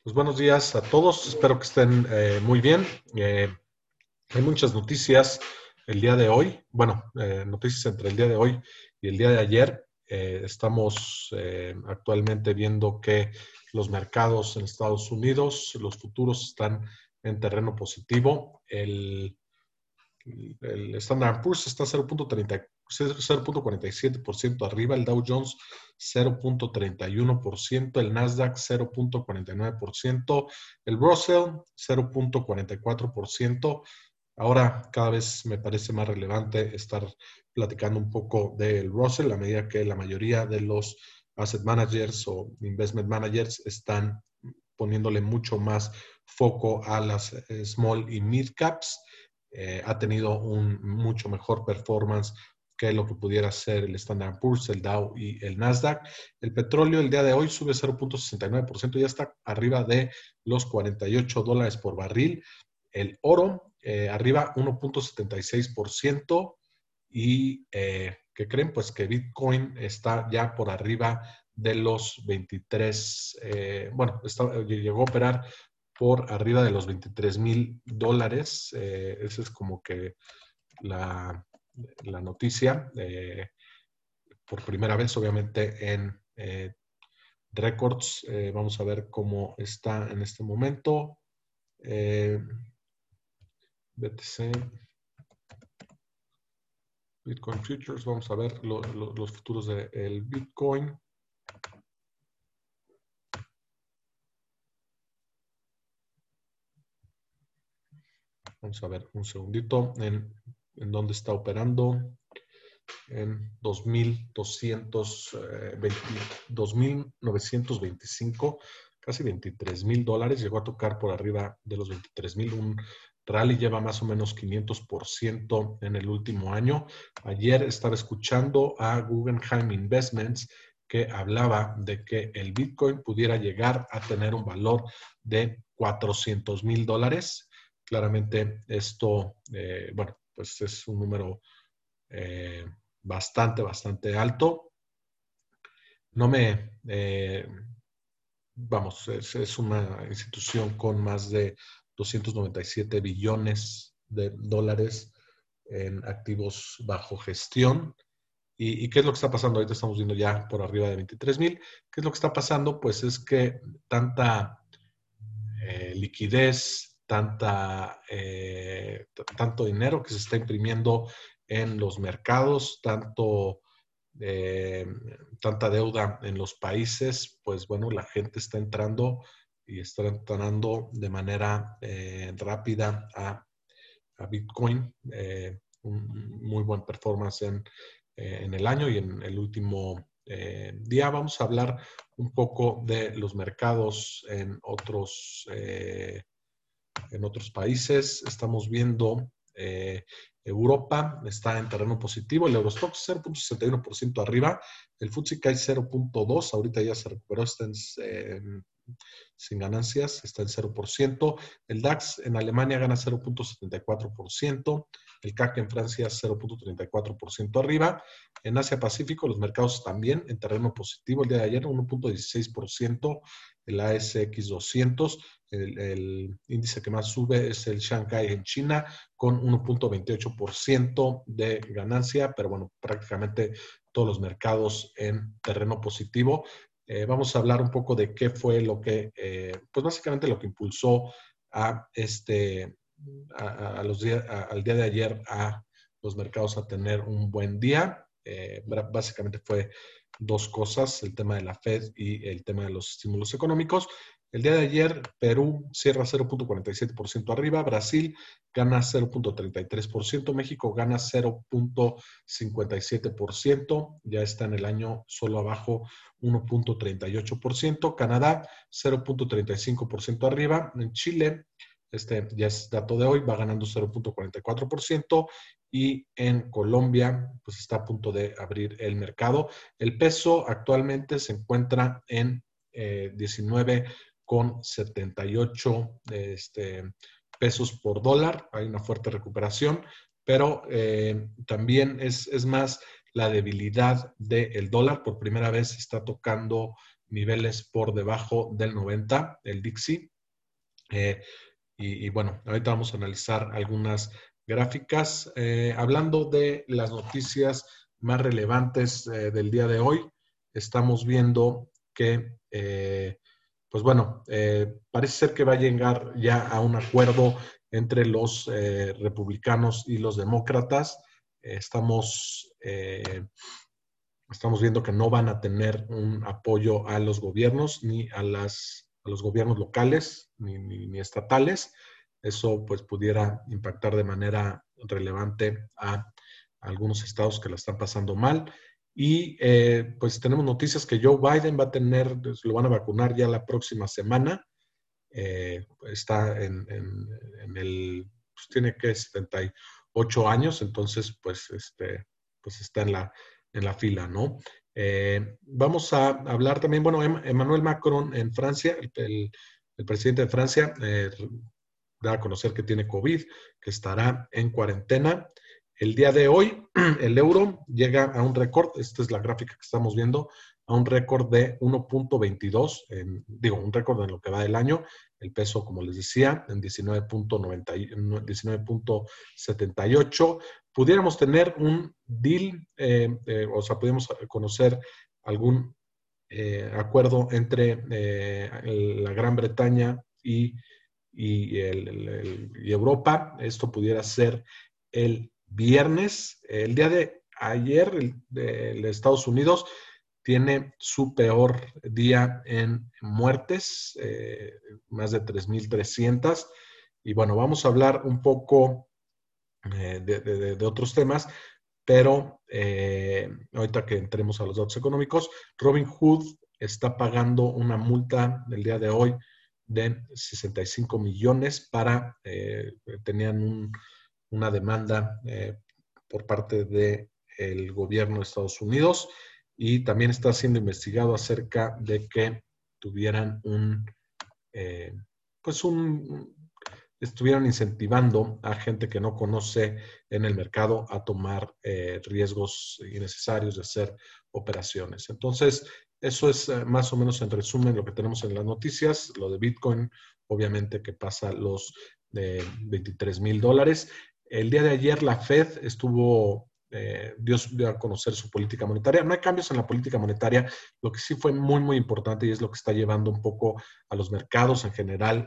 Pues buenos días a todos, espero que estén muy bien. Hay muchas noticias el día de hoy, noticias entre el día de hoy y el día de ayer. Estamos actualmente viendo que los mercados en Estados Unidos, los futuros están en terreno positivo. El Standard Poor's está 0.47% arriba, el Dow Jones 0.31%, el Nasdaq 0.49%, el Russell 0.44%. Ahora cada vez me parece más relevante estar platicando un poco del Russell a medida que la mayoría de los asset managers o investment managers están poniéndole mucho más foco a las small y mid caps. Ha tenido un mucho mejor performance que lo que pudiera ser el Standard Poor's, el Dow y el Nasdaq. El petróleo el día de hoy sube 0.69%, ya está arriba de los $48 por barril. El oro arriba 1.76% y ¿qué creen? Pues que Bitcoin está ya por arriba de los 23, llegó a operar por arriba de los $23,000. Esa es como que la noticia. Por primera vez, obviamente, en Records. Vamos a ver cómo está en este momento. BTC. Bitcoin Futures. Vamos a ver los futuros del Bitcoin. Vamos a ver un segundito en dónde está operando. En 2.925, casi $23,000. Llegó a tocar por arriba de los 23,000. Un rally lleva más o menos 500% en el último año. Ayer estaba escuchando a Guggenheim Investments que hablaba de que el Bitcoin pudiera llegar a tener un valor de $400,000. Claramente esto, pues es un número bastante alto. No me, es una institución con más de 297 billones de dólares en activos bajo gestión. ¿Y qué es lo que está pasando? Ahorita estamos viendo ya por arriba de 23,000. ¿Qué es lo que está pasando? Pues es que tanta liquidez, tanto dinero que se está imprimiendo en los mercados, tanta deuda en los países, pues bueno, la gente está entrando y está entrando de manera rápida a Bitcoin. Un muy buen performance en el año y en el último día. Vamos a hablar un poco de los mercados en otros países. Estamos viendo Europa está en terreno positivo, el Eurostoxx 0.61% arriba, el FTSE cae 0.2%, ahorita ya se recuperó, está sin ganancias, está en 0%, el DAX en Alemania gana 0.74%, el CAC en Francia 0.34% arriba, en Asia Pacífico los mercados también en terreno positivo, el día de ayer 1.16%, el ASX 200, el índice que más sube es el Shanghai en China con 1.28% de ganancia, pero bueno, prácticamente todos los mercados en terreno positivo. Vamos a hablar un poco de qué fue lo que, pues básicamente lo que impulsó al día de ayer a los mercados a tener un buen día. Básicamente fue dos cosas, el tema de la Fed y el tema de los estímulos económicos. El día de ayer, Perú cierra 0.47% arriba, Brasil gana 0.33%, México gana 0.57%, ya está en el año solo abajo 1.38%, Canadá 0.35% arriba, en Chile, este ya es dato de hoy, va ganando 0.44%, y en Colombia pues está a punto de abrir el mercado. El peso actualmente se encuentra en 19,78 pesos por dólar. Hay una fuerte recuperación, pero también es más la debilidad del dólar. Por primera vez está tocando niveles por debajo del 90, el DXY. Y bueno, ahorita vamos a analizar algunas gráficas. Hablando de las noticias más relevantes del día de hoy, estamos viendo que, pues bueno, parece ser que va a llegar ya a un acuerdo entre los republicanos y los demócratas. Estamos viendo que no van a tener un apoyo a los gobiernos ni a los gobiernos locales ni estatales. Eso pues pudiera impactar de manera relevante a algunos estados que la están pasando mal. Y pues tenemos noticias que Joe Biden va a tener, pues, lo van a vacunar ya la próxima semana. Está en el, pues tiene que 78 años, entonces pues, pues está en la fila, ¿no? Vamos a hablar también, bueno, Emmanuel Macron en Francia, el presidente de Francia, da a conocer que tiene COVID, que estará en cuarentena. El día de hoy, el euro llega a un récord, esta es la gráfica que estamos viendo, a un récord de 1.22, digo, un récord en lo que va del año. El peso, como les decía, en 19.78. Pudiéramos tener un deal, o sea, pudiéramos conocer algún acuerdo entre la Gran Bretaña y Europa. Esto pudiera ser el viernes. El día de ayer, el Estados Unidos tiene su peor día en muertes, más de 3.300. Y bueno, vamos a hablar un poco de otros temas, pero ahorita que entremos a los datos económicos, Robinhood está pagando una multa del día de hoy de 65 millones para, tenían una demanda por parte del gobierno de Estados Unidos, y también está siendo investigado acerca de que tuvieran pues estuvieron incentivando a gente que no conoce en el mercado a tomar riesgos innecesarios de hacer operaciones. Entonces, eso es más o menos en resumen lo que tenemos en las noticias. Lo de Bitcoin, obviamente que pasa los de $23,000. El día de ayer la Fed dio a conocer su política monetaria. No hay cambios en la política monetaria. Lo que sí fue muy, muy importante y es lo que está llevando un poco a los mercados en general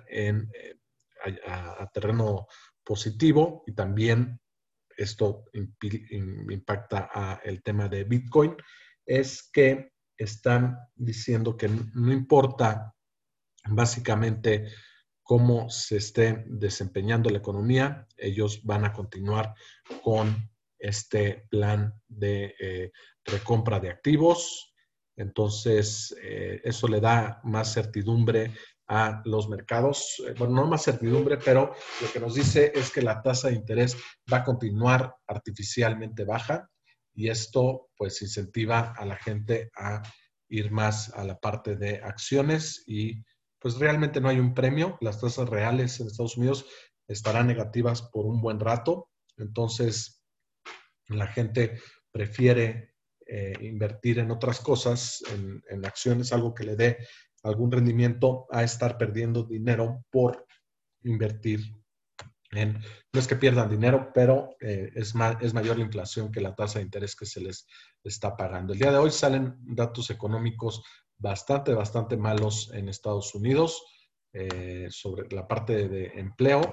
a terreno positivo, y también esto impacta a el tema de Bitcoin, es que están diciendo que no importa básicamente cómo se esté desempeñando la economía, ellos van a continuar con este plan de recompra de activos. Entonces, eso le da más certidumbre a los mercados. Bueno, no más certidumbre, pero lo que nos dice es que la tasa de interés va a continuar artificialmente baja, y esto pues incentiva a la gente a ir más a la parte de acciones, y pues realmente no hay un premio. Las tasas reales en Estados Unidos estarán negativas por un buen rato. Entonces, la gente prefiere invertir en otras cosas, en acciones, algo que le dé algún rendimiento, a estar perdiendo dinero por invertir no es que pierdan dinero, pero es mayor la inflación que la tasa de interés que se les está pagando. El día de hoy salen datos económicos bastante malos en Estados Unidos sobre la parte de empleo.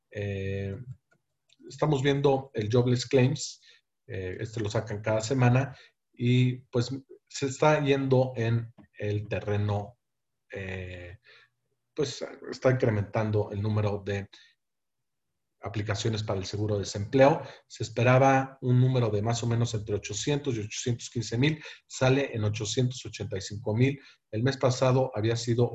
Estamos viendo el Jobless Claims, lo sacan cada semana, y pues se está yendo en el terreno, pues está incrementando el número de aplicaciones para el seguro de desempleo. Se esperaba un número de más o menos entre 800 y 815,000, sale en 885,000. El mes pasado había sido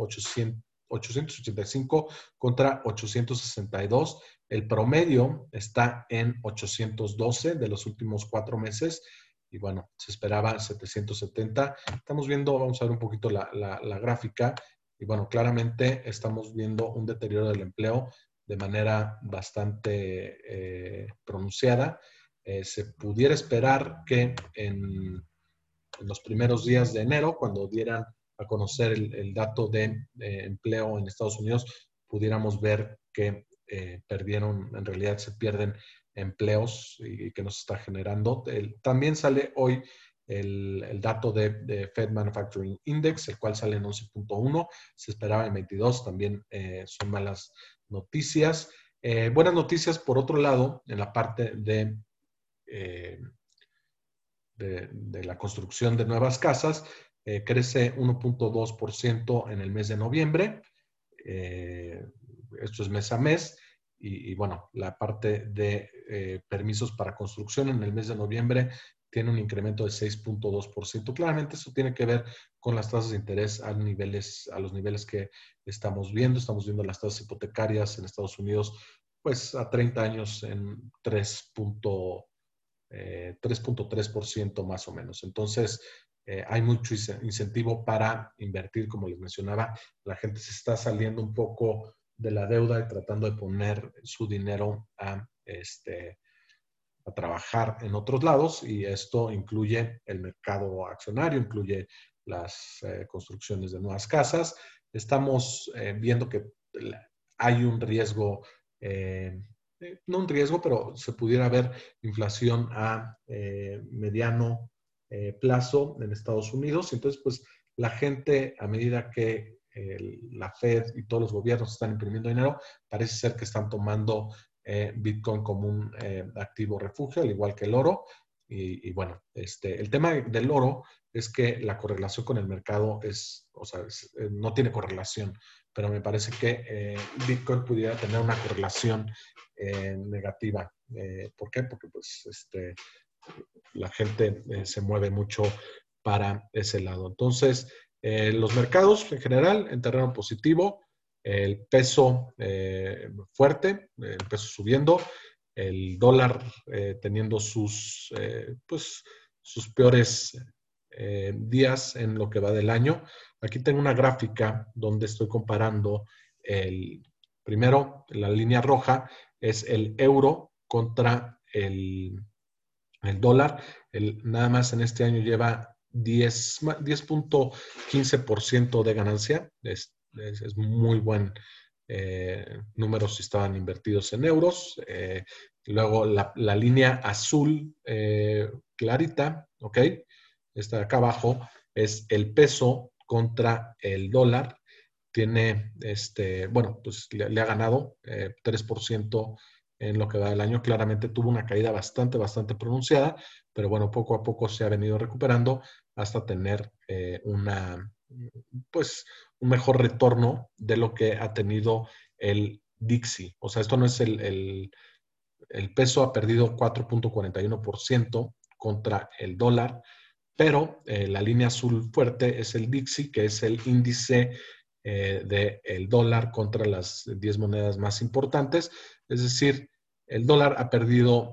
885 contra 862. El promedio está en 812 de los últimos 4 meses. Y bueno, se esperaba 770. Estamos viendo, vamos a ver un poquito la gráfica. Y bueno, claramente estamos viendo un deterioro del empleo de manera bastante pronunciada. Se pudiera esperar que en los primeros días de enero, cuando dieran a conocer el dato de empleo en Estados Unidos, pudiéramos ver que perdieron, en realidad se pierden empleos y que nos está generando. También sale hoy el dato de Fed Manufacturing Index, el cual sale en 11.1, se esperaba en 22, también son malas noticias. Buenas noticias, por otro lado, en la parte de la construcción de nuevas casas, crece 1.2% en el mes de noviembre. Esto es mes a mes. Y bueno, la parte de permisos para construcción en el mes de noviembre tiene un incremento de 6.2%. Claramente eso tiene que ver con las tasas de interés a los niveles que estamos viendo. Estamos viendo las tasas hipotecarias en Estados Unidos, pues a 30 años en 3.3% más o menos. Entonces, hay mucho incentivo para invertir, como les mencionaba. La gente se está saliendo un poco de la deuda y tratando de poner su dinero a trabajar en otros lados, y esto incluye el mercado accionario, incluye las construcciones de nuevas casas. Estamos viendo que hay un riesgo, no un riesgo, pero se pudiera ver inflación a mediano plazo en Estados Unidos. Entonces, pues la gente, a medida que la Fed y todos los gobiernos están imprimiendo dinero, parece ser que están tomando Bitcoin como un activo refugio, al igual que el oro. Y bueno, el tema del oro es que la correlación con el mercado no tiene correlación, pero me parece que Bitcoin pudiera tener una correlación negativa. ¿Por qué? Porque pues la gente se mueve mucho para ese lado. Entonces, los mercados en general en terreno positivo, el peso fuerte, el peso subiendo, el dólar teniendo sus peores días en lo que va del año. Aquí tengo una gráfica donde estoy comparando primero, la línea roja es el euro contra el dólar. Nada más en este año lleva 10.15% de ganancia. Es muy buen número si estaban invertidos en euros. Luego la línea azul clarita, ¿ok? Esta de acá abajo es el peso contra el dólar. Tiene, bueno, pues le ha ganado 3% en lo que va del año. Claramente tuvo una caída bastante pronunciada, pero bueno, poco a poco se ha venido recuperando hasta tener pues, un mejor retorno de lo que ha tenido el Dixie. O sea, esto no es el peso ha perdido 4.41% contra el dólar, pero la línea azul fuerte es el Dixie, que es el índice del dólar contra las 10 monedas más importantes. Es decir, el dólar ha perdido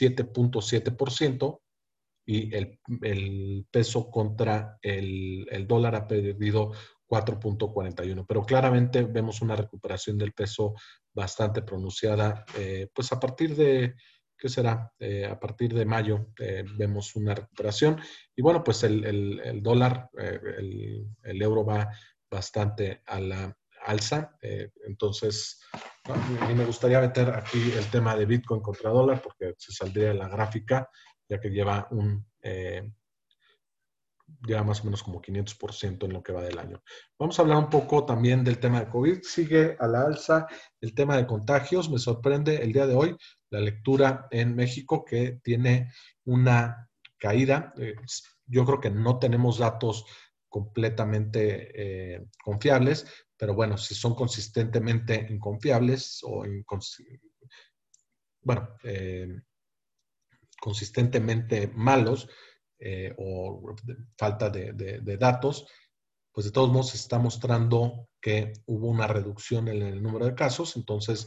7.7% y el peso contra el dólar ha perdido 4.41%. Pero claramente vemos una recuperación del peso bastante pronunciada, pues a partir de, ¿qué será? A partir de mayo vemos una recuperación. Y bueno, pues el dólar, el euro va bastante a la alza. Entonces, ¿no? A mí me gustaría meter aquí el tema de Bitcoin contra dólar porque se saldría de la gráfica, ya que lleva lleva más o menos como 500% en lo que va del año. Vamos a hablar un poco también del tema de COVID. Sigue a la alza el tema de contagios. Me sorprende el día de hoy la lectura en México, que tiene una caída. Yo creo que no tenemos datos completamente confiables, pero bueno, si son consistentemente inconfiables o bueno, consistentemente malos o falta de datos, pues de todos modos se está mostrando que hubo una reducción en el número de casos. Entonces,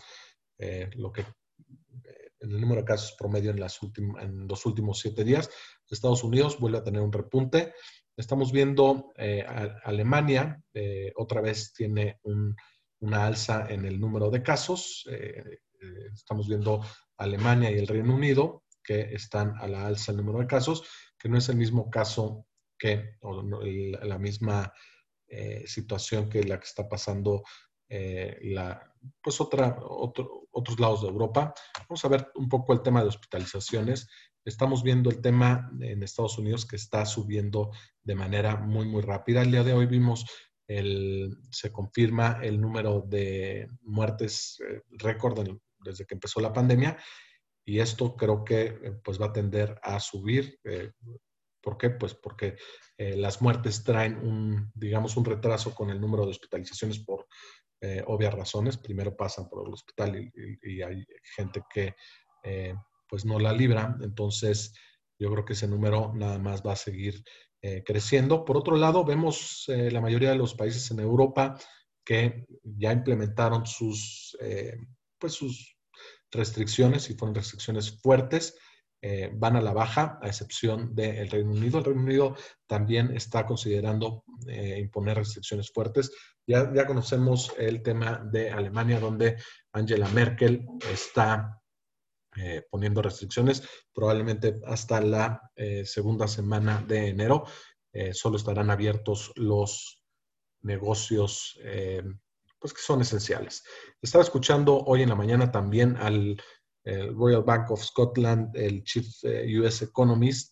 en el número de casos promedio en los últimos 7 días, Estados Unidos vuelve a tener un repunte. Estamos viendo Alemania otra vez tiene una alza en el número de casos. Estamos viendo Alemania y el Reino Unido que están a la alza el número de casos, que no es el mismo caso que la misma situación que la que está pasando pues otros lados de Europa. Vamos a ver un poco el tema de hospitalizaciones. Estamos viendo el tema en Estados Unidos que está subiendo de manera muy, muy rápida. El día de hoy vimos se confirma el número de muertes récord desde que empezó la pandemia, y esto creo que pues va a tender a subir. ¿Por qué? Pues porque las muertes traen digamos, un retraso con el número de hospitalizaciones por obvias razones. Primero pasan por el hospital y hay gente que pues no la libra. Entonces, yo creo que ese número nada más va a seguir creciendo. Por otro lado, vemos la mayoría de los países en Europa que ya implementaron pues sus restricciones, y fueron restricciones fuertes. Van a la baja, a excepción del Reino Unido. El Reino Unido también está considerando imponer restricciones fuertes. Ya conocemos el tema de Alemania, donde Angela Merkel está poniendo restricciones, probablemente hasta la segunda semana de enero. Solo estarán abiertos los negocios pues que son esenciales. Estaba escuchando hoy en la mañana también al Royal Bank of Scotland, el Chief US Economist.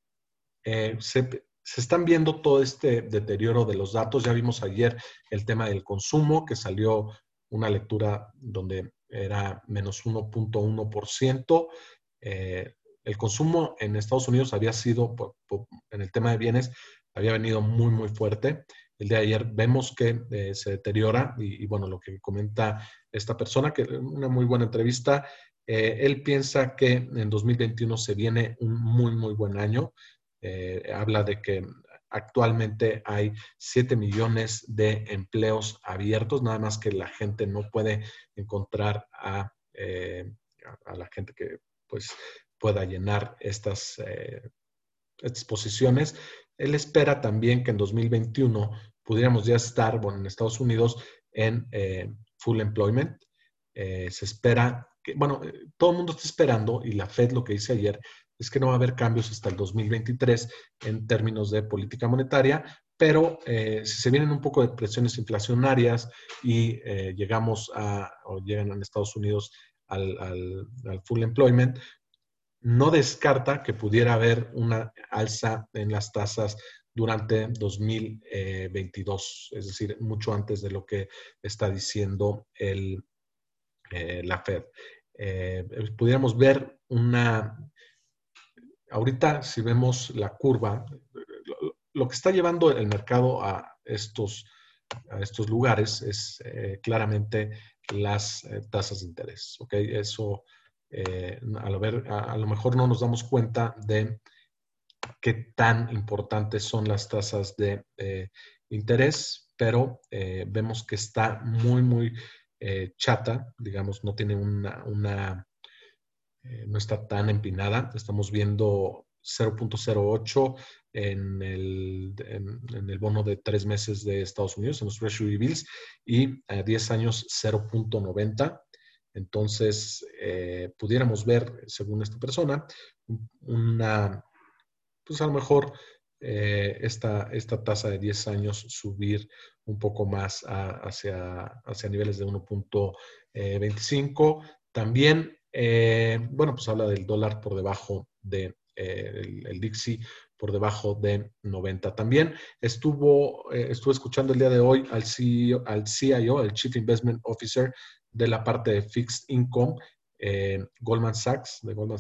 Se están viendo todo este deterioro de los datos. Ya vimos ayer el tema del consumo, que salió una lectura donde era menos 1.1%. El consumo en Estados Unidos había sido, en el tema de bienes, había venido muy, muy fuerte. El de ayer vemos que se deteriora y bueno, lo que comenta esta persona, que una muy buena entrevista, él piensa que en 2021 se viene un muy, muy buen año. Habla de que actualmente hay 7 millones de empleos abiertos, nada más que la gente no puede encontrar a la gente que pues pueda llenar estas posiciones. Él espera también que en 2021 pudiéramos ya estar, bueno, en Estados Unidos en full employment. Se espera que, bueno, todo el mundo está esperando, y la Fed lo que dice ayer es que no va a haber cambios hasta el 2023 en términos de política monetaria, pero si se vienen un poco de presiones inflacionarias y llegan en Estados Unidos al full employment, no descarta que pudiera haber una alza en las tasas durante 2022, es decir, mucho antes de lo que está diciendo la Fed. Pudiéramos ver ahorita si vemos la curva, lo que está llevando el mercado a estos lugares es claramente las tasas de interés. ¿Ok? Eso, a lo mejor no nos damos cuenta de qué tan importantes son las tasas de interés, pero vemos que está muy, muy chata, digamos, no tiene no está tan empinada. Estamos viendo 0.08 en el bono de 3 meses de Estados Unidos, en los Treasury Bills, y a 10 años 0.90. Entonces, pudiéramos ver, según esta persona, pues a lo mejor esta tasa de 10 años subir un poco más hacia niveles de 1.25. También, bueno, pues habla del dólar por debajo el Dixie por debajo de 90. También estuve escuchando el día de hoy al CIO, el Chief Investment Officer de la parte de Fixed Income, de Goldman Sachs.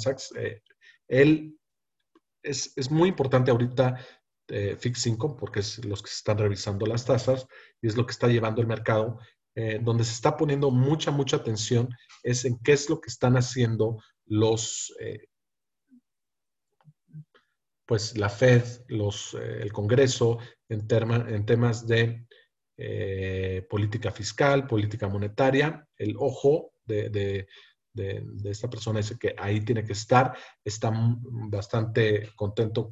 Él es muy importante ahorita Fixed Income, porque es los que se están revisando las tasas y es lo que está llevando el mercado. Donde se está poniendo mucha, mucha atención es en qué es lo que están haciendo pues la Fed, el Congreso, en temas de política fiscal, política monetaria. El ojo de esta persona dice que ahí tiene que estar. Está bastante contento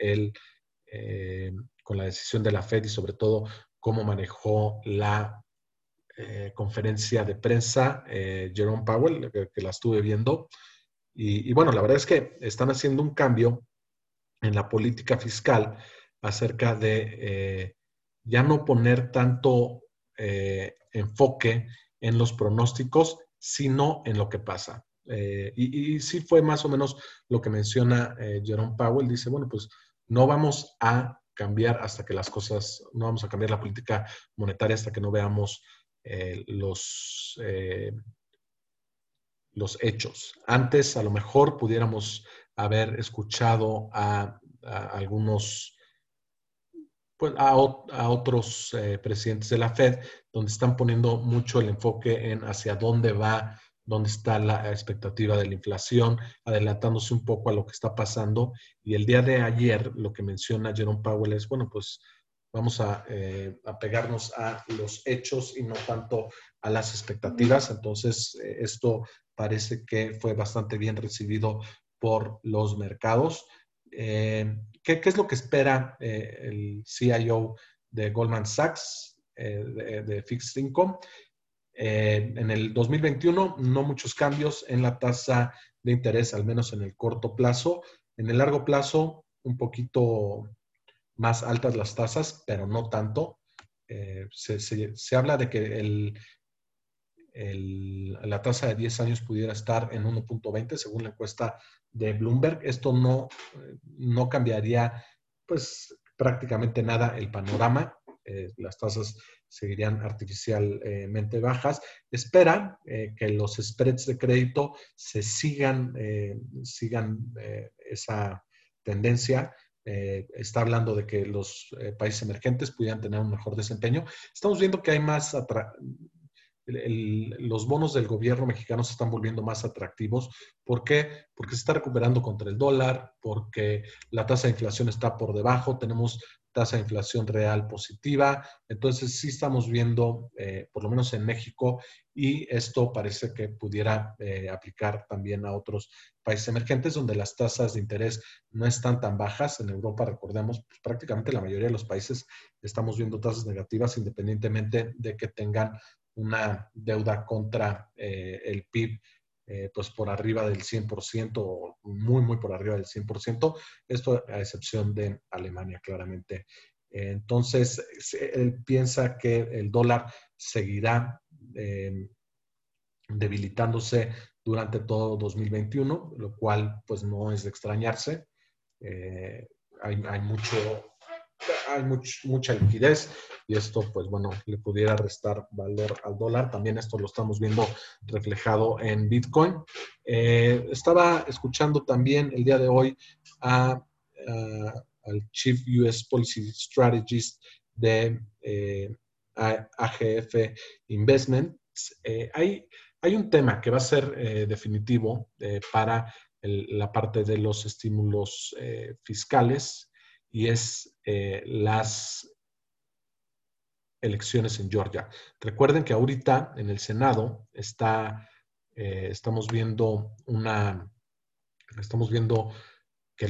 con la decisión de la Fed, y sobre todo cómo manejó la conferencia de prensa Jerome Powell, que la estuve viendo. Y bueno, la verdad es que están haciendo un cambio en la política fiscal acerca de ya no poner tanto enfoque en los pronósticos, sino en lo que pasa. Y sí fue más o menos lo que menciona Jerome Powell. Dice, bueno, pues no vamos a cambiar hasta que las cosas, no vamos a cambiar la política monetaria hasta que no veamos los hechos. Antes a lo mejor pudiéramos haber escuchado a algunos, pues a otros presidentes de la Fed, donde están poniendo mucho el enfoque en hacia dónde va, dónde está la expectativa de la inflación, adelantándose un poco a lo que está pasando. Y el día de ayer lo que menciona Jerome Powell es, bueno, pues vamos a pegarnos a los hechos y no tanto a las expectativas. Entonces, esto parece que fue bastante bien recibido por los mercados. ¿Qué es lo que espera el CIO de Goldman Sachs de Fixed Income? En el 2021 no muchos cambios en la tasa de interés, al menos en el corto plazo. En el largo plazo, un poquito más altas las tasas, pero no tanto. Se habla de que la tasa de 10 años pudiera estar en 1.20 según la encuesta de Bloomberg. Esto no cambiaría pues prácticamente nada el panorama. Las tasas seguirían artificialmente bajas. Esperan que los spreads de crédito sigan esa tendencia. Está hablando de que los países emergentes pudieran tener un mejor desempeño. Estamos viendo que hay más los bonos del gobierno mexicano se están volviendo más atractivos. ¿Por qué? Porque se está recuperando contra el dólar, porque la tasa de inflación está por debajo, tenemos tasa de inflación real positiva. Entonces sí estamos viendo, por lo menos en México, y esto parece que pudiera aplicar también a otros países emergentes donde las tasas de interés no están tan bajas. En Europa, recordemos, pues prácticamente la mayoría de los países estamos viendo tasas negativas independientemente de que tengan una deuda contra el PIB pues por arriba del 100% o muy por arriba del 100%, esto a excepción de Alemania, claramente. Entonces, él piensa que el dólar seguirá debilitándose durante todo 2021, lo cual pues no es de extrañarse. Hay mucha liquidez y esto, pues bueno, le pudiera restar valor al dólar. También esto lo estamos viendo reflejado en Bitcoin. Estaba escuchando también el día de hoy al Chief US Policy Strategist de AGF Investments. Hay un tema que va a ser definitivo para la parte de los estímulos fiscales y es las elecciones en Georgia. Recuerden que ahorita en el Senado estamos viendo que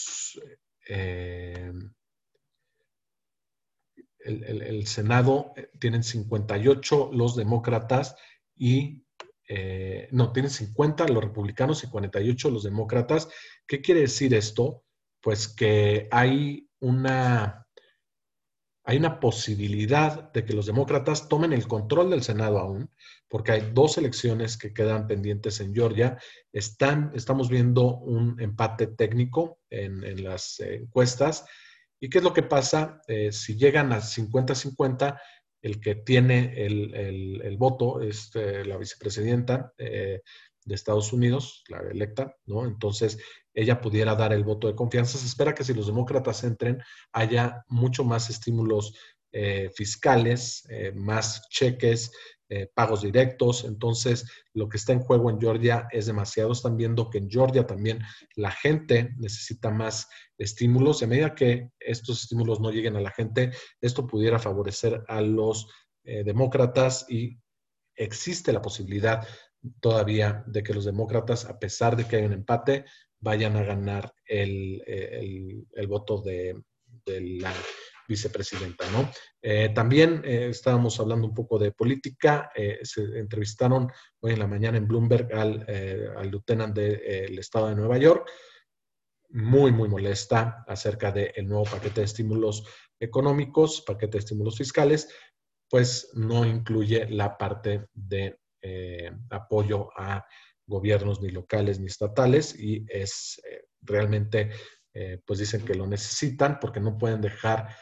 el Senado tienen 58 los demócratas y no, tienen 50 los republicanos y 48 los demócratas. ¿Qué quiere decir esto? Pues que hay una posibilidad de que los demócratas tomen el control del Senado aún, porque hay dos elecciones que quedan pendientes en Georgia. Estamos viendo un empate técnico en las encuestas. ¿Y qué es lo que pasa? Si llegan a 50-50, el que tiene el voto es la vicepresidenta de Estados Unidos, la electa, ¿no? Entonces, ella pudiera dar el voto de confianza. Se espera que si los demócratas entren, haya mucho más estímulos fiscales, más cheques, pagos directos. Entonces, lo que está en juego en Georgia es demasiado. Están viendo que en Georgia también la gente necesita más estímulos. Y a medida que estos estímulos no lleguen a la gente, esto pudiera favorecer a los demócratas y existe la posibilidad todavía de que los demócratas, a pesar de que hay un empate, vayan a ganar el voto de la vicepresidenta, ¿no? También estábamos hablando un poco de política. Se entrevistaron hoy en la mañana en Bloomberg al lieutenant del estado de Nueva York, muy molesta acerca del nuevo paquete de estímulos económicos, paquete de estímulos fiscales, pues no incluye la parte de apoyo a gobiernos ni locales ni estatales y es realmente, pues dicen que lo necesitan porque no pueden dejar,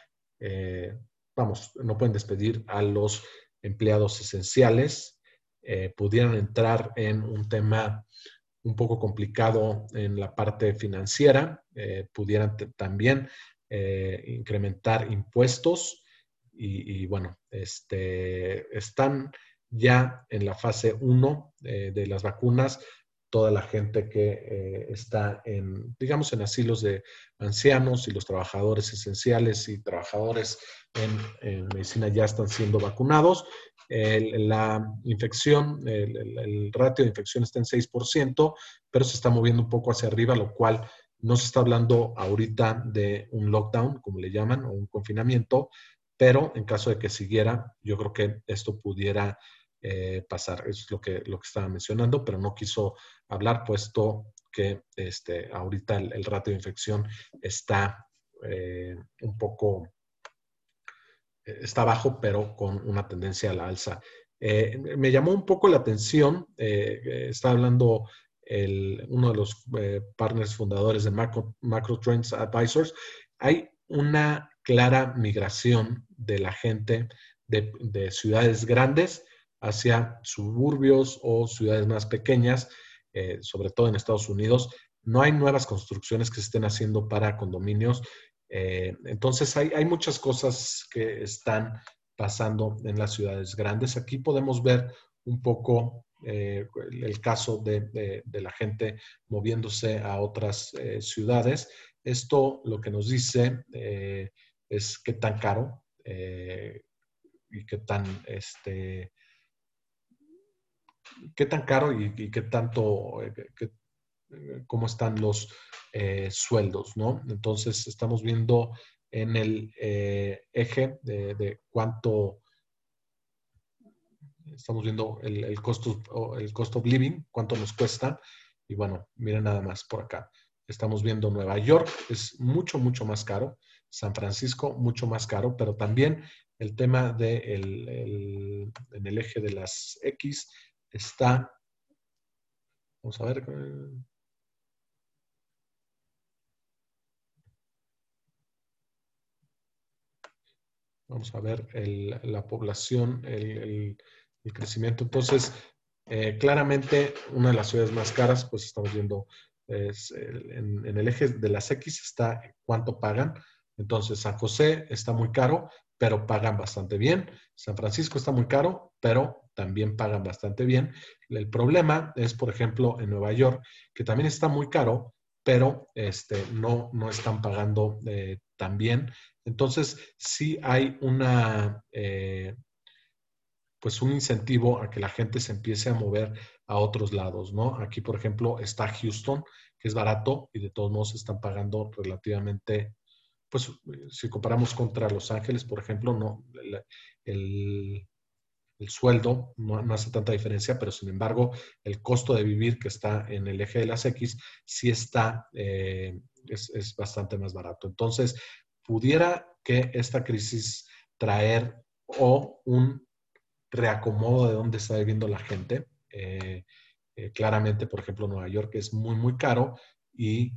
no pueden despedir a los empleados esenciales, pudieran entrar en un tema un poco complicado en la parte financiera, pudieran también incrementar impuestos y bueno, están ya en la fase 1 de las vacunas, toda la gente que está en, digamos, en asilos de ancianos y los trabajadores esenciales y trabajadores en medicina ya están siendo vacunados. La infección, el ratio de infección está en 6%, pero se está moviendo un poco hacia arriba, lo cual no se está hablando ahorita de un lockdown, como le llaman, o un confinamiento, pero en caso de que siguiera, yo creo que esto pudiera pasar. Eso es lo que estaba mencionando, pero no quiso hablar, puesto que ahorita el ratio de infección está un poco está bajo, pero con una tendencia a la alza. Me llamó un poco la atención, está hablando uno de los partners fundadores de Macro Trends Advisors, hay una clara migración de la gente de ciudades grandes hacia suburbios o ciudades más pequeñas, sobre todo en Estados Unidos. No hay nuevas construcciones que se estén haciendo para condominios. Entonces hay muchas cosas que están pasando en las ciudades grandes. Aquí podemos ver un poco el caso de la gente moviéndose a otras ciudades. Esto lo que nos dice es qué tan caro y qué tan caro y qué tanto, cómo están los sueldos, ¿no? Entonces, estamos viendo en el eje de cuánto, estamos viendo el costo of living, cuánto nos cuesta, y bueno, miren nada más por acá. Estamos viendo Nueva York, es mucho, mucho más caro. San Francisco, mucho más caro, pero también el tema en el eje de las X está, vamos a ver, vamos a ver la población, el crecimiento. Entonces, claramente, una de las ciudades más caras, pues estamos viendo, en el eje de las X está cuánto pagan. Entonces, San José está muy caro, pero pagan bastante bien. San Francisco está muy caro, pero también pagan bastante bien. El problema es, por ejemplo, en Nueva York, que también está muy caro, pero no están pagando tan bien. Entonces, sí hay pues un incentivo a que la gente se empiece a mover a otros lados, ¿no? Aquí, por ejemplo, está Houston, que es barato y de todos modos están pagando relativamente, pues si comparamos contra Los Ángeles, por ejemplo, no, el, el sueldo no hace tanta diferencia, pero sin embargo, el costo de vivir que está en el eje de las X sí está, es bastante más barato. Entonces, pudiera que esta crisis traer o un reacomodo de dónde está viviendo la gente. Claramente, por ejemplo, Nueva York es muy, muy caro y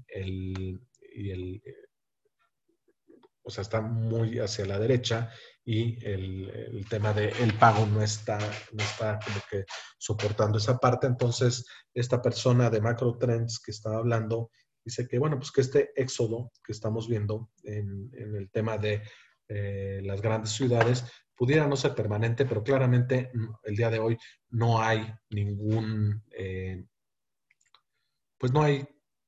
o sea, está muy hacia la derecha y el tema del pago no está como que soportando esa parte. Entonces, esta persona de Macro Trends que estaba hablando dice que, bueno, pues que este éxodo que estamos viendo en el tema de las grandes ciudades pudiera no ser permanente, pero claramente el día de hoy no hay pues no hay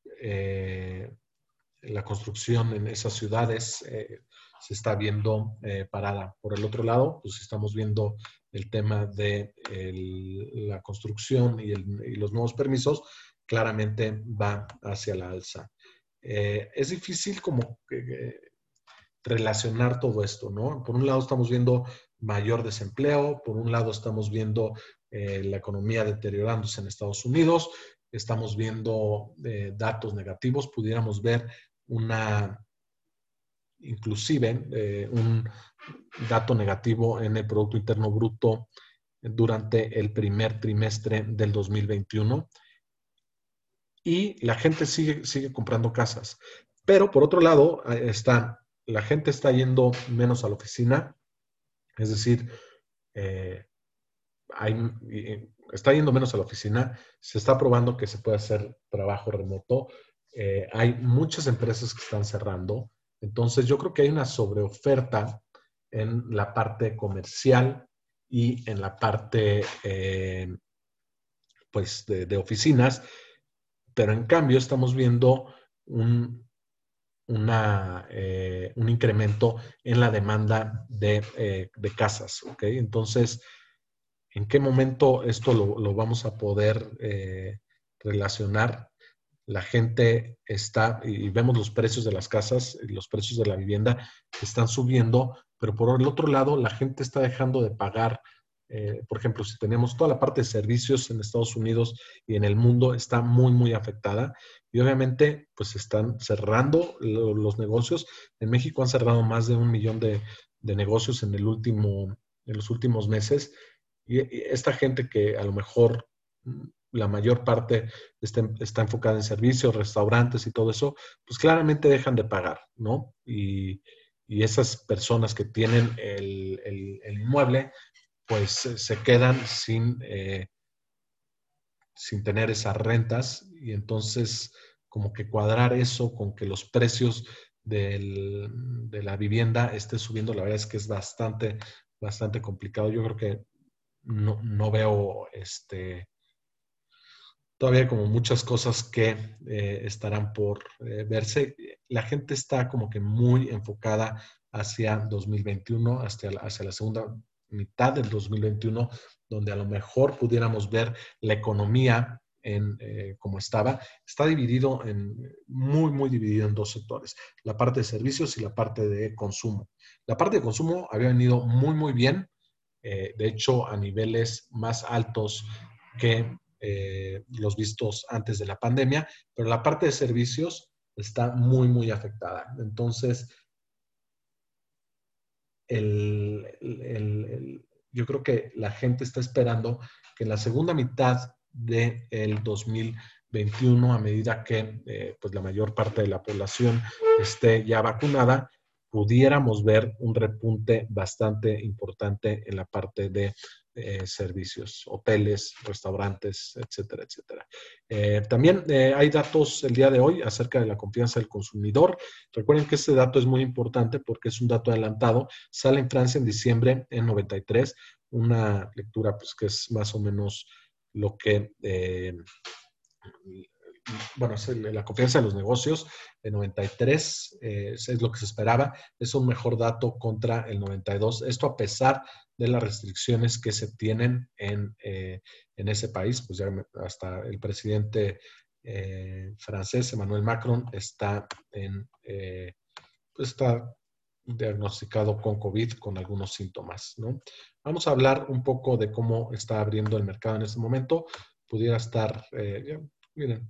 la construcción en esas ciudades se está viendo parada. Por el otro lado, pues estamos viendo el tema de la construcción y los nuevos permisos, claramente va hacia la alza. Es difícil como relacionar todo esto, ¿no? Por un lado estamos viendo mayor desempleo, por un lado estamos viendo la economía deteriorándose en Estados Unidos, estamos viendo datos negativos, pudiéramos ver una inclusive un dato negativo en el Producto Interno Bruto durante el primer trimestre del 2021 y la gente sigue comprando casas. Pero por otro lado, la gente está yendo menos a la oficina, es decir, eh, está yendo menos a la oficina, se está probando que se puede hacer trabajo remoto, hay muchas empresas que están cerrando, entonces yo creo que hay una sobreoferta en la parte comercial y en la parte pues de oficinas, pero en cambio estamos viendo un incremento en la demanda de casas, ¿ok? Entonces, ¿en qué momento esto lo vamos a poder relacionar? La gente está, y vemos los precios de las casas, y los precios de la vivienda que están subiendo, pero por el otro lado, la gente está dejando de pagar. Por ejemplo, si tenemos toda la parte de servicios en Estados Unidos y en el mundo, está muy, muy afectada. Y obviamente, pues están cerrando los negocios. En México han cerrado más de 1 millón de negocios en los últimos meses. Y esta gente que a lo mejor la mayor parte está enfocada en servicios, restaurantes y todo eso, pues claramente dejan de pagar, ¿no? Y esas personas que tienen el inmueble, pues se quedan sin tener esas rentas y entonces como que cuadrar eso con que los precios de la vivienda esté subiendo, la verdad es que es bastante, bastante complicado. Yo creo que no veo todavía como muchas cosas que estarán por verse. La gente está como que muy enfocada hacia 2021, hacia la segunda mitad del 2021, donde a lo mejor pudiéramos ver la economía como estaba. Está dividido muy, muy dividido en dos sectores, la parte de servicios y la parte de consumo. La parte de consumo había venido muy, muy bien, de hecho a niveles más altos que los vistos antes de la pandemia, pero la parte de servicios está muy, muy afectada. Entonces, yo creo que la gente está esperando que en la segunda mitad del 2021, a medida que pues la mayor parte de la población esté ya vacunada, pudiéramos ver un repunte bastante importante en la parte de servicios, hoteles, restaurantes, etcétera, etcétera. También hay datos el día de hoy acerca de la confianza del consumidor. Recuerden que este dato es muy importante porque es un dato adelantado. Sale en Francia en diciembre en 93, una lectura pues que es más o menos lo que bueno, es la confianza de los negocios, el 93 es lo que se esperaba, es un mejor dato contra el 92, esto a pesar de las restricciones que se tienen en ese país, pues ya hasta el presidente francés, Emmanuel Macron, pues está diagnosticado con COVID con algunos síntomas, ¿no? Vamos a hablar un poco de cómo está abriendo el mercado en este momento. Pudiera estar, miren,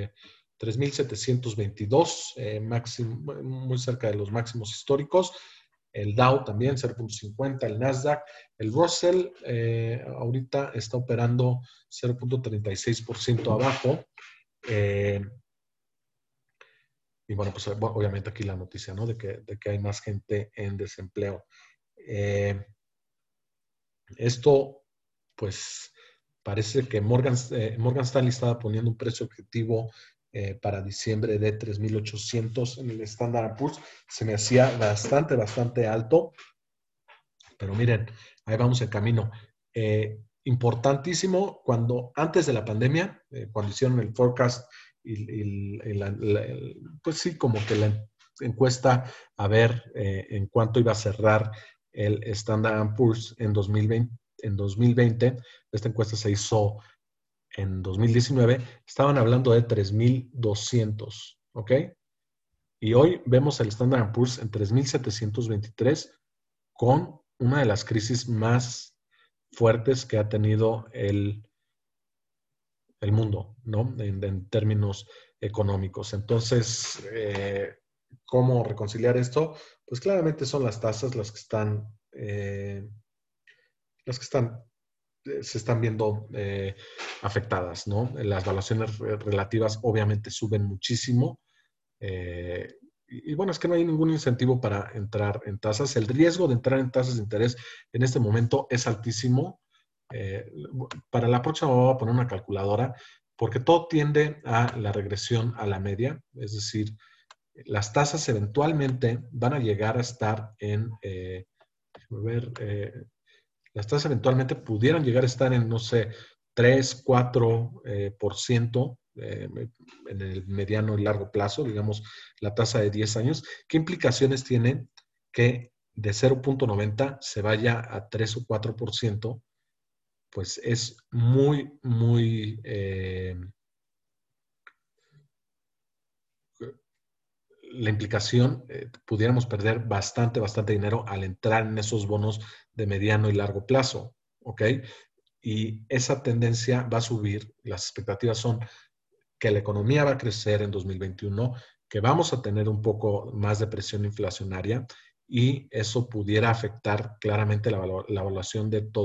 3.722, muy cerca de los máximos históricos. El Dow también, 0.50, el Nasdaq. El Russell ahorita está operando 0.36% abajo. Y bueno, pues obviamente aquí la noticia, ¿no? De que hay más gente en desempleo. Esto, pues, parece que Morgan Stanley estaba poniendo un precio objetivo para diciembre de 3.800 en el Standard Poor's. Se me hacía bastante, bastante alto. Pero miren, ahí vamos en camino. Importantísimo, antes de la pandemia, cuando hicieron el forecast pues sí, como que la encuesta a ver en cuánto iba a cerrar el Standard Poor's en 2020, esta encuesta se hizo en 2019, estaban hablando de 3.200, ¿ok? Y hoy vemos el Standard Poor's en 3.723 con una de las crisis más fuertes que ha tenido el mundo, ¿no? En términos económicos. Entonces, ¿Cómo reconciliar esto? Pues claramente son las tasas las que están se están viendo afectadas, ¿no? Las valuaciones relativas obviamente suben muchísimo. Y bueno, es que no hay ningún incentivo para entrar en tasas. El riesgo de entrar en tasas de interés en este momento es altísimo. Eh, para la próxima voy a poner una calculadora porque todo tiende a la regresión a la media, es decir, las tasas eventualmente van a llegar a estar déjame ver, las tasas eventualmente pudieran llegar a estar en, no sé, 3, 4% en el mediano y largo plazo, digamos, la tasa de 10 años. ¿Qué implicaciones tiene que de 0.90 se vaya a 3 o 4%? Pues es la implicación, pudiéramos perder bastante dinero al entrar en esos bonos de mediano y largo plazo, ¿ok? Y esa tendencia va a subir. Las expectativas son que la economía va a crecer en 2021, que vamos a tener un poco más de presión inflacionaria y eso pudiera afectar claramente la evaluación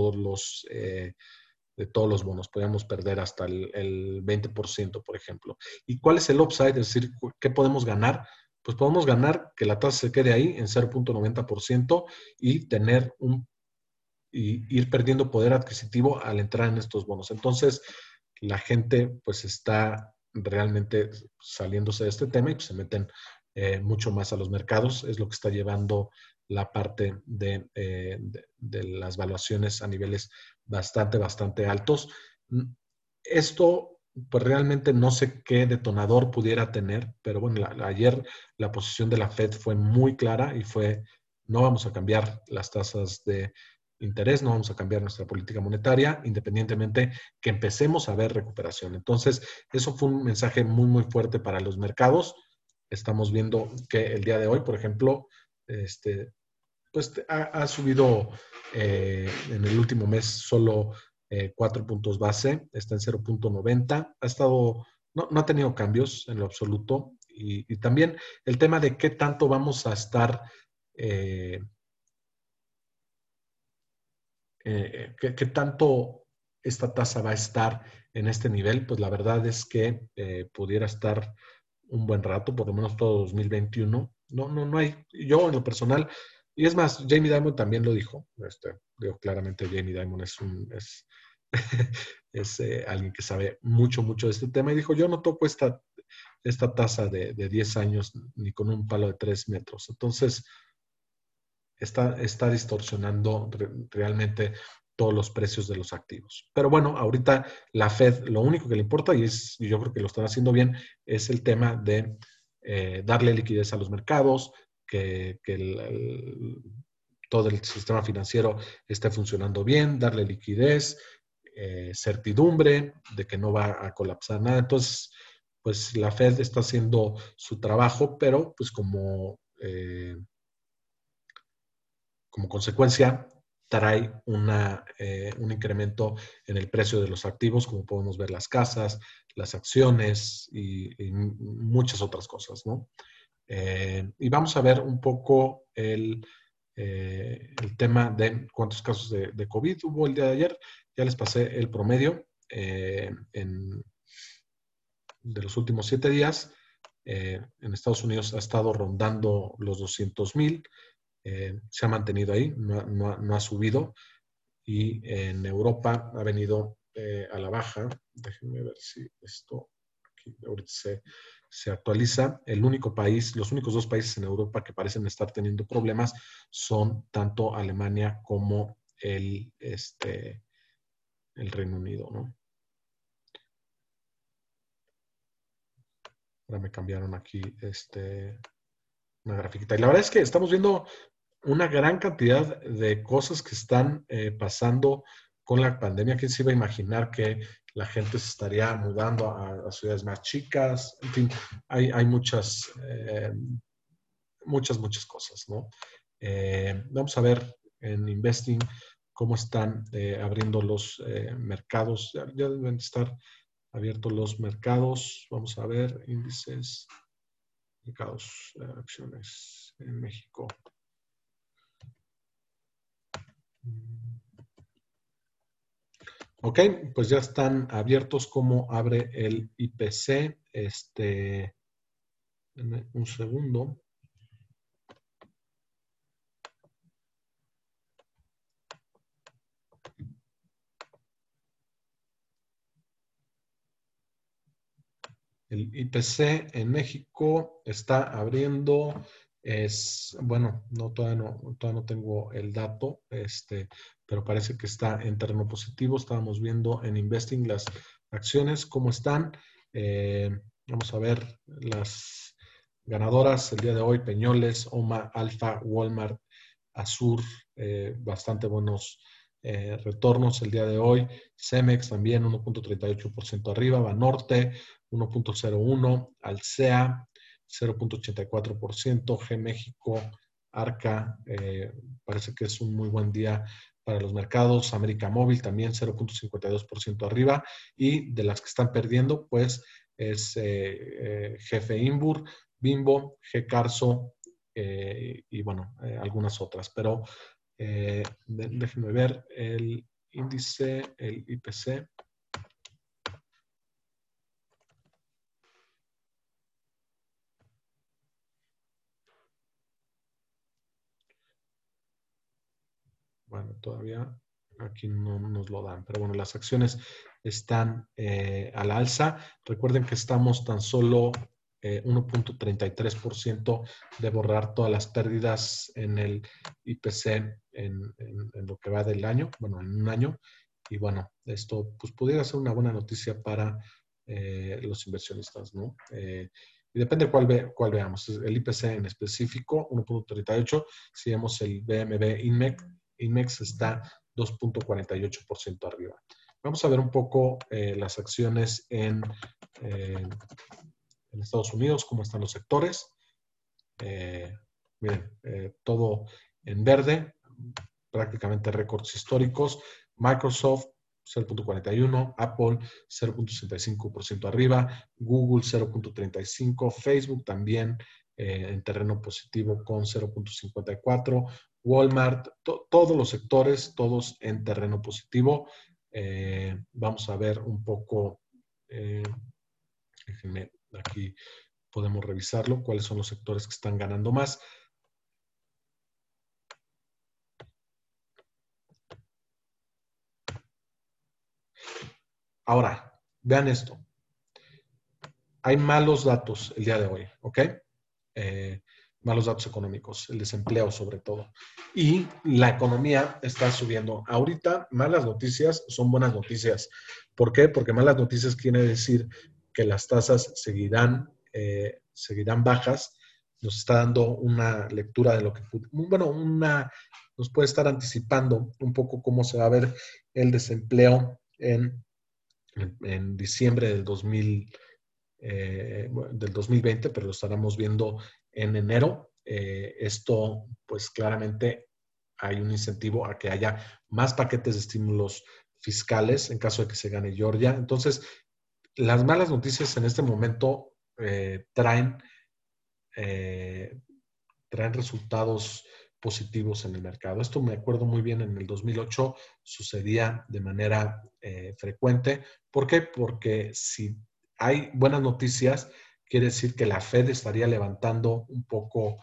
de todos los bonos. Podríamos perder hasta el 20%, por ejemplo. ¿Y cuál es el upside? Es decir, ¿qué podemos ganar? Pues podemos ganar que la tasa se quede ahí en 0.90% y tener y ir perdiendo poder adquisitivo al entrar en estos bonos. Entonces, la gente pues está realmente saliéndose de este tema y pues, se meten mucho más a los mercados. Es lo que está llevando la parte de las valuaciones a niveles bastante altos. Esto, pues realmente no sé qué detonador pudiera tener, pero bueno, ayer la posición de la Fed fue muy clara y fue, no vamos a cambiar las tasas de interés, no vamos a cambiar nuestra política monetaria, independientemente que empecemos a ver recuperación. Entonces, eso fue un mensaje muy fuerte para los mercados. Estamos viendo que el día de hoy, por ejemplo, pues ha subido en el último mes solo 4 puntos base, está en 0.90, ha estado, no ha tenido cambios en lo absoluto. Y también el tema de qué tanto vamos a estar eh, ¿qué tanto esta tasa va a estar en este nivel? Pues la verdad es que pudiera estar un buen rato, por lo menos todo 2021. No hay, yo en lo personal, y es más, Jamie Dimon también lo dijo, digo, claramente Jamie Dimon es alguien que sabe mucho de este tema y dijo, yo no toco esta tasa de 10 años ni con un palo de 3 metros. Entonces, está distorsionando realmente todos los precios de los activos. Pero bueno, ahorita la Fed lo único que le importa, y yo creo que lo están haciendo bien, es el tema de darle liquidez a los mercados, que todo el sistema financiero esté funcionando bien, darle liquidez, certidumbre de que no va a colapsar nada. Entonces, pues la Fed está haciendo su trabajo, pero pues como consecuencia, trae un incremento en el precio de los activos, como podemos ver las casas, las acciones y muchas otras cosas, ¿no? Y vamos a ver un poco el tema de cuántos casos de COVID hubo el día de ayer. Ya les pasé el promedio de los últimos 7 días. En Estados Unidos ha estado rondando los 200,000. Se ha mantenido ahí, no ha subido y en Europa ha venido a la baja. Déjenme ver si esto aquí ahorita se actualiza. Los únicos dos países en Europa que parecen estar teniendo problemas son tanto Alemania como el Reino Unido, ¿no? Ahora me cambiaron aquí una grafiquita. Y la verdad es que estamos viendo una gran cantidad de cosas que están pasando con la pandemia. ¿Quién se iba a imaginar que la gente se estaría mudando a ciudades más chicas? En fin, hay muchas cosas, ¿no? Vamos a ver en Investing cómo están abriendo los mercados. Ya deben estar abiertos los mercados. Vamos a ver índices Mercados, acciones en México. Ok, pues ya están abiertos. ¿Cómo abre el IPC? Un segundo. El IPC en México está abriendo, bueno, todavía no tengo el dato, pero parece que está en terreno positivo. Estábamos viendo en Investing las acciones, cómo están. Vamos a ver las ganadoras el día de hoy: Peñoles, OMA, Alfa, Walmart, Azur, bastante buenos retornos el día de hoy. Cemex también 1.38% arriba, Banorte 1.01%, Alsea 0.84%, G México, Arca, parece que es un muy buen día para los mercados. América Móvil también 0.52% arriba, y de las que están perdiendo pues es Jefe Inbur, Bimbo, G Carso, y bueno, algunas otras, pero déjenme ver el índice, el IPC. Bueno, todavía aquí no nos lo dan, pero bueno, las acciones están a la alza. Recuerden que estamos tan solo 1.33% de borrar todas las pérdidas en el IPC en lo que va del año, bueno, en un año. Y bueno, esto pues pudiera ser una buena noticia para los inversionistas, ¿no? Y depende cuál veamos. El IPC en específico, 1.38. Si vemos el BMB INMEX está 2.48% arriba. Vamos a ver un poco las acciones en Estados Unidos, cómo están los sectores. Miren, todo en verde, prácticamente récords históricos. Microsoft 0.41, Apple 0.65% arriba, Google 0.35, Facebook también en terreno positivo con 0.54, Walmart, todos los sectores, todos en terreno positivo. Vamos a ver un poco, déjenme, aquí podemos revisarlo, cuáles son los sectores que están ganando más. Ahora, vean esto. Hay malos datos el día de hoy, ¿ok? Malos datos económicos, el desempleo sobre todo. Y la economía está subiendo. Ahorita, malas noticias son buenas noticias. ¿Por qué? Porque malas noticias quiere decir que las tasas seguirán bajas. Nos está dando una lectura de lo que, bueno, nos puede estar anticipando un poco cómo se va a ver el desempleo en diciembre del 2020, pero lo estaremos viendo en enero. Esto, pues claramente hay un incentivo a que haya más paquetes de estímulos fiscales en caso de que se gane Georgia. Entonces, las malas noticias en este momento traen resultados positivos en el mercado. Esto me acuerdo muy bien, en el 2008 sucedía de manera frecuente. ¿Por qué? Porque si hay buenas noticias, quiere decir que la Fed estaría levantando un poco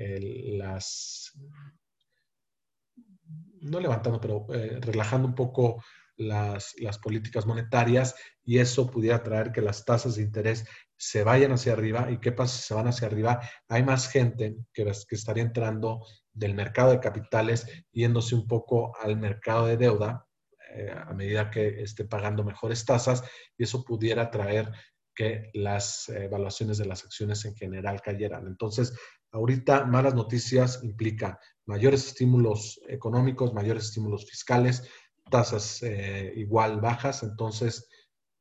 no levantando, pero relajando un poco las políticas monetarias, y eso pudiera traer que las tasas de interés se vayan hacia arriba. ¿Y qué pasa si se van hacia arriba? Hay más gente que estaría entrando del mercado de capitales, yéndose un poco al mercado de deuda a medida que esté pagando mejores tasas, y eso pudiera traer que las evaluaciones de las acciones en general cayeran. Entonces, ahorita malas noticias implica mayores estímulos económicos, mayores estímulos fiscales, tasas igual bajas. Entonces,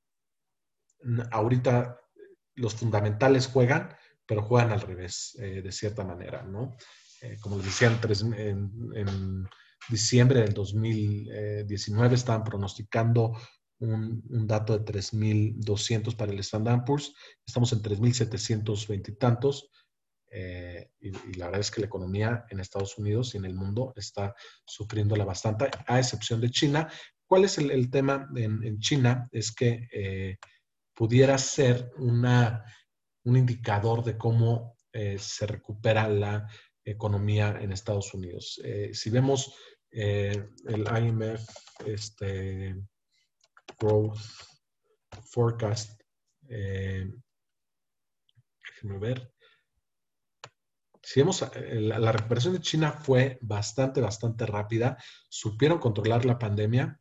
ahorita los fundamentales juegan, pero juegan al revés, de cierta manera, ¿no? Como les decía, en diciembre del 2019 estaban pronosticando un dato de 3.200 para el Standard & Poor's. Estamos en 3.720 y tantos. y la verdad es que la economía en Estados Unidos y en el mundo está sufriéndola bastante, a excepción de China. ¿Cuál es el tema en China? Es que pudiera ser un indicador de cómo se recupera la economía en Estados Unidos. Si vemos el IMF Growth Forecast, déjenme ver. Si vemos, la recuperación de China fue bastante rápida. Supieron controlar la pandemia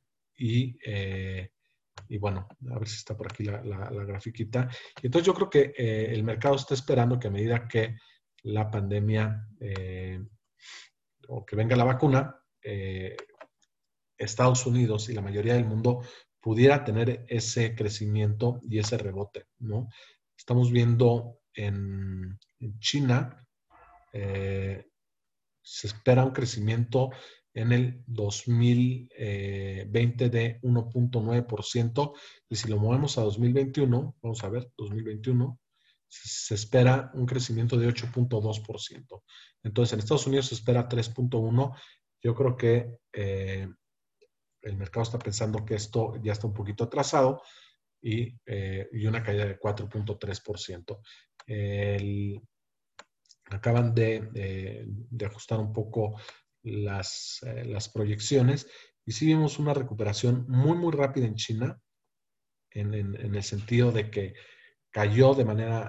y bueno, a ver si está por aquí la grafiquita. Y entonces yo creo que el mercado está esperando que a medida que la pandemia o que venga la vacuna, Estados Unidos y la mayoría del mundo pudiera tener ese crecimiento y ese rebote, ¿no? Estamos viendo en China, se espera un crecimiento en el 2020 de 1.9%, y si lo movemos a 2021, vamos a ver, 2021, se espera un crecimiento de 8.2%. Entonces, en Estados Unidos se espera 3.1%. Yo creo que el mercado está pensando que esto ya está un poquito atrasado y una caída de 4.3%. Acaban de ajustar un poco las proyecciones y sí vimos una recuperación muy rápida en China, en el sentido de que cayó de manera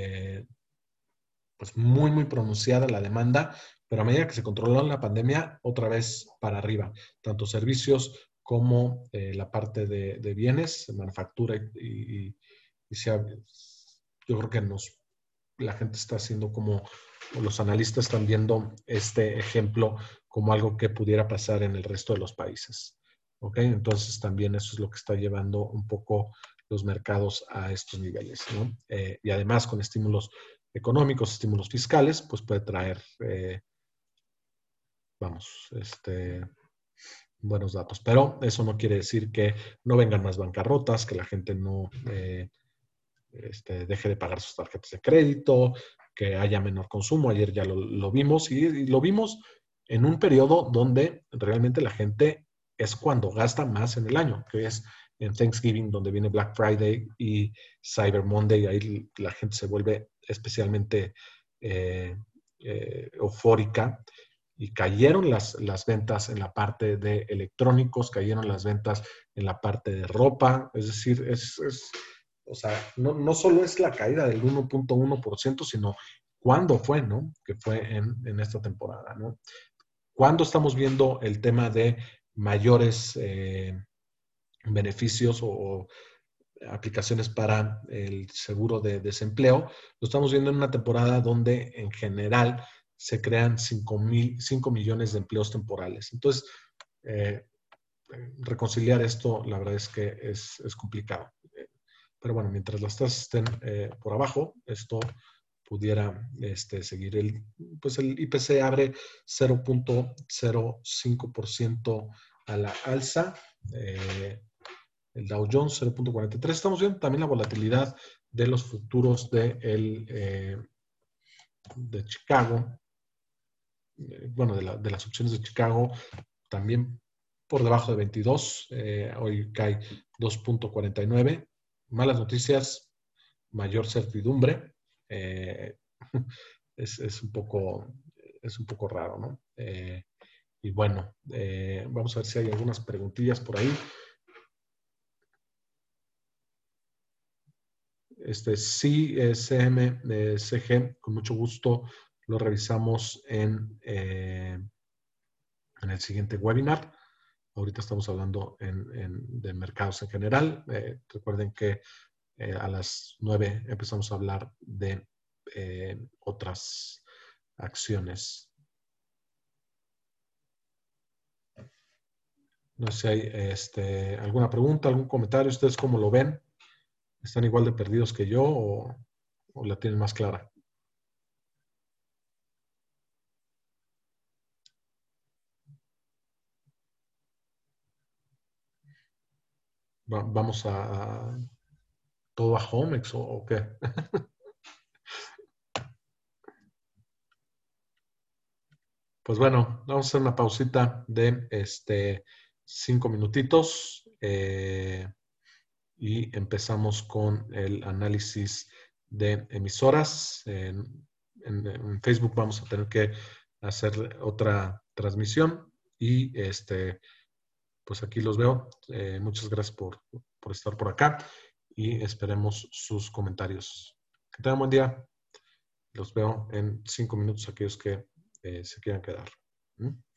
pues muy pronunciada la demanda, pero a medida que se controló la pandemia, otra vez para arriba, tanto servicios como la parte de bienes, manufactura yo creo que la gente está haciendo como, o los analistas están viendo este ejemplo como algo que pudiera pasar en el resto de los países. ¿Ok? Entonces también eso es lo que está llevando un poco los mercados a estos niveles, ¿no? Y además con estímulos económicos, estímulos fiscales, pues puede traer, buenos datos. Pero eso no quiere decir que no vengan más bancarrotas, que la gente no deje de pagar sus tarjetas de crédito, que haya menor consumo. Ayer ya lo vimos y lo vimos en un periodo donde realmente la gente es cuando gasta más en el año, que es en Thanksgiving, donde viene Black Friday y Cyber Monday. Ahí la gente se vuelve especialmente eufórica y cayeron las ventas en la parte de electrónicos, cayeron las ventas en la parte de ropa. Es decir, o sea, no solo es la caída del 1.1%, sino cuándo fue, ¿no? Que fue en esta temporada, ¿no? ¿Cuándo estamos viendo el tema de mayores beneficios o aplicaciones para el seguro de desempleo? Lo estamos viendo en una temporada donde en general se crean 5 millones de empleos temporales. Entonces, eh, reconciliar esto, la verdad es que es complicado. Pero bueno, mientras las tasas estén por abajo, esto pudiera seguir. Pues el IPC abre 0.05% a la alza. El Dow Jones 0.43. Estamos viendo también la volatilidad de los futuros de Chicago. Bueno, de las opciones de Chicago, también por debajo de 22. Hoy cae 2.49. Malas noticias, mayor certidumbre. Es un poco raro, ¿no? Y bueno, vamos a ver si hay algunas preguntillas por ahí. Sí, CG, con mucho gusto lo revisamos en el siguiente webinar. Ahorita estamos hablando de mercados en general. Recuerden que a las 9 empezamos a hablar de otras acciones. No sé si hay alguna pregunta, algún comentario. ¿Ustedes cómo lo ven? ¿Están igual de perdidos que yo o la tienen más clara? ¿Vamos a todo a Homex o qué? Pues bueno, vamos a hacer una pausita de 5 minutitos y empezamos con el análisis de emisoras. En Facebook vamos a tener que hacer otra transmisión y pues aquí los veo. Muchas gracias por estar por acá y esperemos sus comentarios. Que tengan buen día. Los veo en 5 minutos aquellos que se quieran quedar. ¿Mm?